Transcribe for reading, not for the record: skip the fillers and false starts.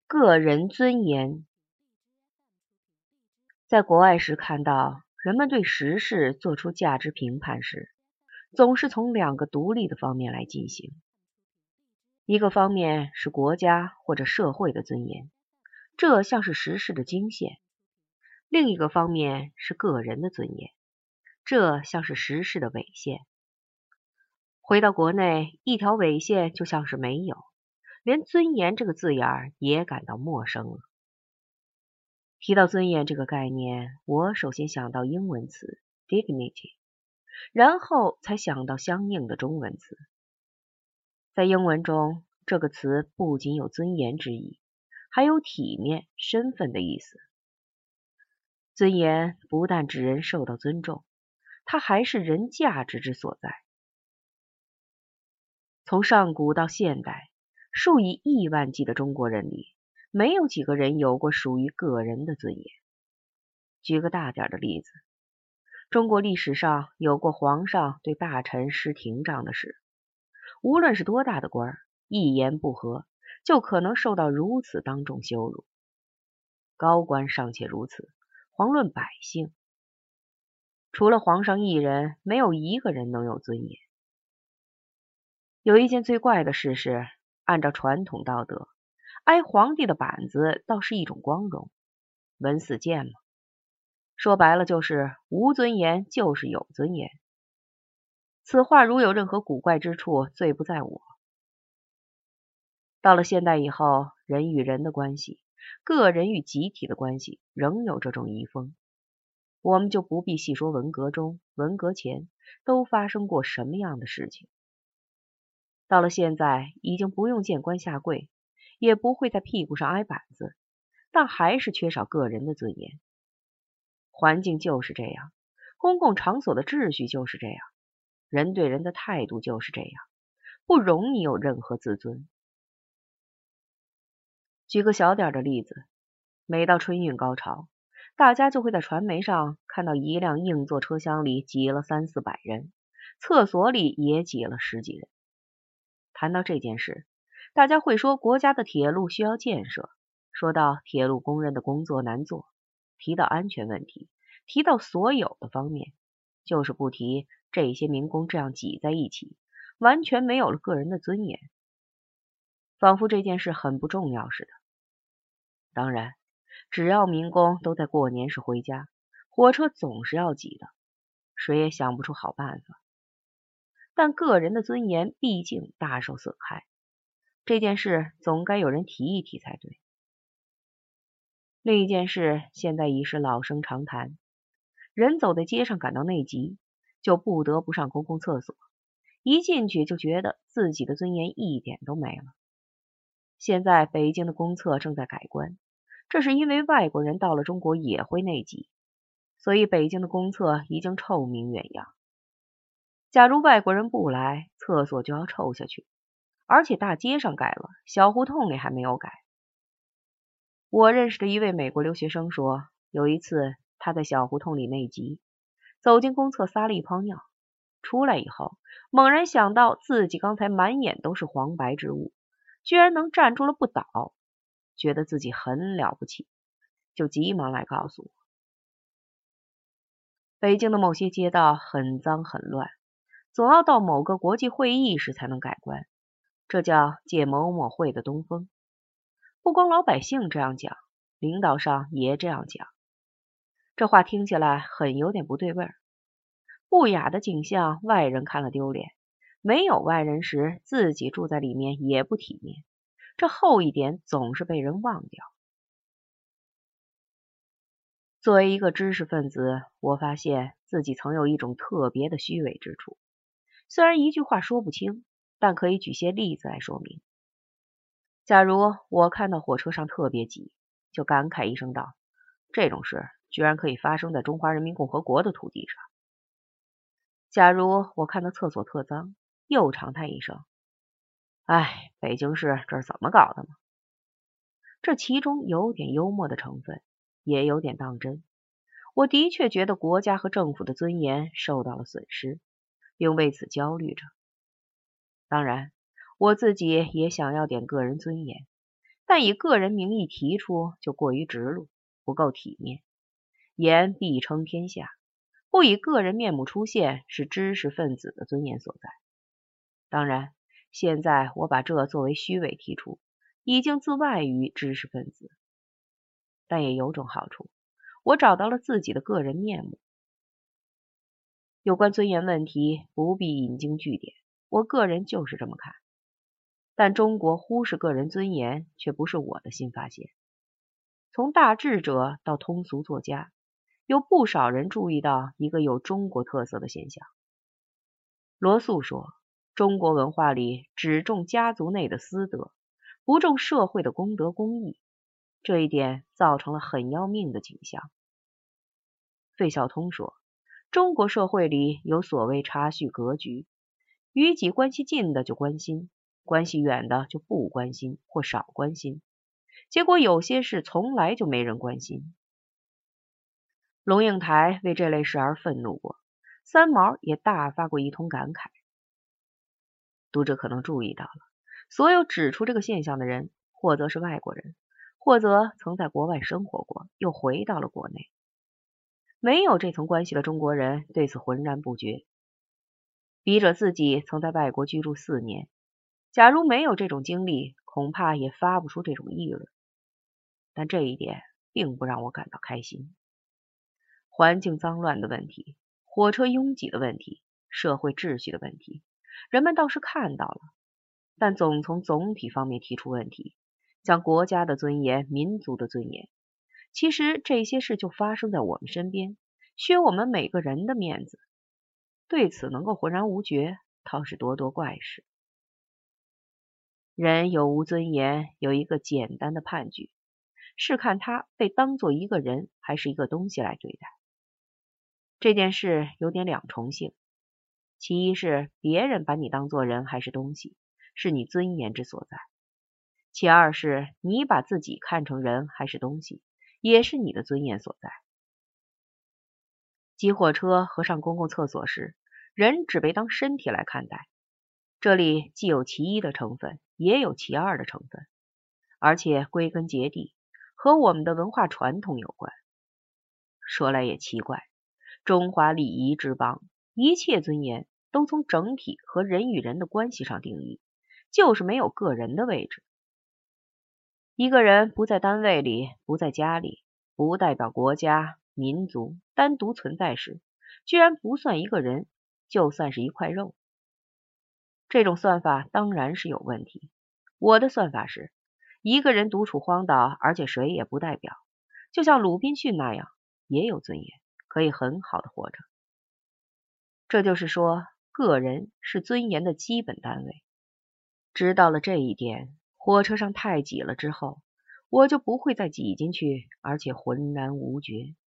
个人尊严。在国外时看到，人们对时事做出价值评判时，总是从两个独立的方面来进行。一个方面是国家或者社会的尊严，这像是时事的经线；另一个方面是个人的尊严，这像是时事的纬线。回到国内，一条纬线就像是没有，连尊严这个字眼儿也感到陌生了。提到尊严这个概念，我首先想到英文词 dignity， 然后才想到相应的中文词。在英文中，这个词不仅有尊严之意，还有体面、身份的意思。尊严不但指人受到尊重，它还是人价值之所在。从上古到现代，数以亿万计的中国人里，没有几个人有过属于个人的尊严。举个大点的例子，中国历史上有过皇上对大臣施廷杖的事，无论是多大的官儿，一言不合就可能受到如此当众羞辱。高官尚且如此，遑论百姓。除了皇上一人，没有一个人能有尊严。有一件最怪的事是，按照传统道德，挨皇帝的板子倒是一种光荣，文死谏嘛。说白了就是无尊严就是有尊严。此话如有任何古怪之处，罪不在我。到了现代以后，人与人的关系，个人与集体的关系仍有这种遗风，我们就不必细说文革中、文革前都发生过什么样的事情。到了现在，已经不用见官下跪，也不会在屁股上挨板子，但还是缺少个人的尊严。环境就是这样，公共场所的秩序就是这样，人对人的态度就是这样，不容易有任何自尊。举个小点的例子，每到春运高潮，大家就会在传媒上看到一辆硬座车厢里挤了300-400人，厕所里也挤了10几人。谈到这件事，大家会说国家的铁路需要建设，说到铁路工人的工作难做，提到安全问题，提到所有的方面，就是不提这些民工这样挤在一起，完全没有了个人的尊严，仿佛这件事很不重要似的。当然，只要民工都在过年时回家，火车总是要挤的，谁也想不出好办法。但个人的尊严毕竟大受损害，这件事总该有人提一提才对。另一件事现在已是老生常谈，人走在街上感到内急，就不得不上公共厕所，一进去就觉得自己的尊严一点都没了。现在北京的公厕正在改观，这是因为外国人到了中国也会内急，所以北京的公厕已经臭名远扬。假如外国人不来，厕所就要臭下去，而且大街上改了，小胡同里还没有改。我认识的一位美国留学生说，有一次他在小胡同里内急，走进公厕撒了一泡尿，出来以后猛然想到自己刚才满眼都是黄白之物，居然能站住了不倒，觉得自己很了不起，就急忙来告诉我。北京的某些街道很脏很乱，总要到某个国际会议时才能改观，这叫借某某会的东风。不光老百姓这样讲，领导上也这样讲。这话听起来很有点不对味儿。不雅的景象，外人看了丢脸，没有外人时，自己住在里面也不体面，这后一点总是被人忘掉。作为一个知识分子，我发现自己曾有一种特别的虚伪之处，虽然一句话说不清，但可以举些例子来说明。假如我看到火车上特别挤，就感慨一声道，这种事居然可以发生在中华人民共和国的土地上。假如我看到厕所特脏，又长叹一声，哎，北京市这是怎么搞的嘛？这其中有点幽默的成分，也有点当真。我的确觉得国家和政府的尊严受到了损失，并为此焦虑着。当然，我自己也想要点个人尊严， 但以个人名义提出就过于直露，不够体面。言必称天下，不以个人面目出现，是知识分子的尊严所在。当然，现在我把这作为虚伪提出，已经自外于知识分子。但也有种好处，我找到了自己的个人面目。有关尊严问题，不必引经据典，我个人就是这么看。但中国忽视个人尊严，却不是我的新发现。从大智者到通俗作家，有不少人注意到一个有中国特色的现象。罗素说，中国文化里只重家族内的私德，不重社会的公德公义，这一点造成了很要命的景象。费孝通说，中国社会里有所谓差序格局，与己关系近的就关心，关系远的就不关心或少关心，结果有些事从来就没人关心。龙应台为这类事而愤怒过，三毛也大发过一通感慨。读者可能注意到了，所有指出这个现象的人，或则是外国人，或则曾在国外生活过，又回到了国内。没有这层关系的中国人对此浑然不觉。笔者自己曾在外国居住4年，假如没有这种经历，恐怕也发不出这种议论。但这一点并不让我感到开心。环境脏乱的问题，火车拥挤的问题，社会秩序的问题，人们倒是看到了，但总从总体方面提出问题，讲国家的尊严、民族的尊严。其实这些事就发生在我们身边，削我们每个人的面子。对此能够浑然无觉，倒是多多怪事。人有无尊严，有一个简单的判据，是看他被当作一个人还是一个东西来对待。这件事有点两重性，其一是别人把你当作人还是东西，是你尊严之所在；其二是你把自己看成人还是东西，也是你的尊严所在。挤火车和上公共厕所时，人只被当身体来看待，这里既有其一的成分，也有其二的成分，而且归根结底和我们的文化传统有关。说来也奇怪，中华礼仪之邦，一切尊严都从整体和人与人的关系上定义，就是没有个人的位置。一个人不在单位里，不在家里，不代表国家、民族单独存在时，居然不算一个人，就算是一块肉。这种算法当然是有问题。我的算法是，一个人独处荒岛，而且谁也不代表，就像鲁滨逊那样，也有尊严，可以很好的活着。这就是说，个人是尊严的基本单位。知道了这一点，火车上太挤了之后，我就不会再挤进去，而且浑然无觉。